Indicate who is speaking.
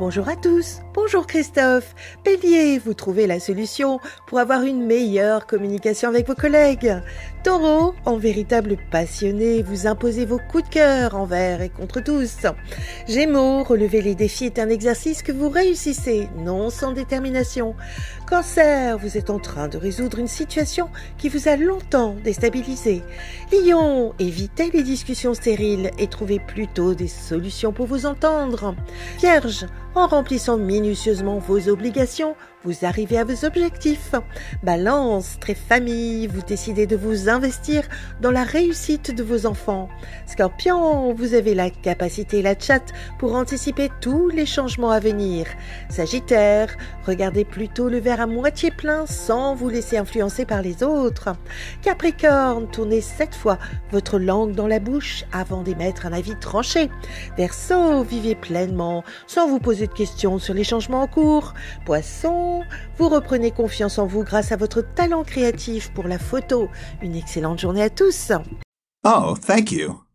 Speaker 1: Bonjour à tous, bonjour Christophe. Bélier, vous trouvez la solution pour avoir une meilleure communication avec vos collègues. Taureau, en véritable passionné, vous imposez vos coups de cœur envers et contre tous. Gémeaux, relever les défis est un exercice que vous réussissez, non sans détermination. Cancer, vous êtes en train de résoudre une situation qui vous a longtemps déstabilisé. Lion, évitez les discussions stériles et trouvez plutôt des solutions pour vous entendre. Vierge, en remplissant minutieusement vos obligations, vous arrivez à vos objectifs. Balance, très famille, vous décidez de vous investir dans la réussite de vos enfants. Scorpion, vous avez la capacité et la chatte pour anticiper tous les changements à venir. Sagittaire, regardez plutôt le verre à moitié plein sans vous laisser influencer par les autres. Capricorne, tournez 7 fois votre langue dans la bouche avant d'émettre un avis tranché. Verseau, vivez pleinement sans vous poser de questions sur les changements en cours. Poisson, vous reprenez confiance en vous grâce à votre talent créatif pour la photo. Une excellente journée à tous.
Speaker 2: Oh, thank you.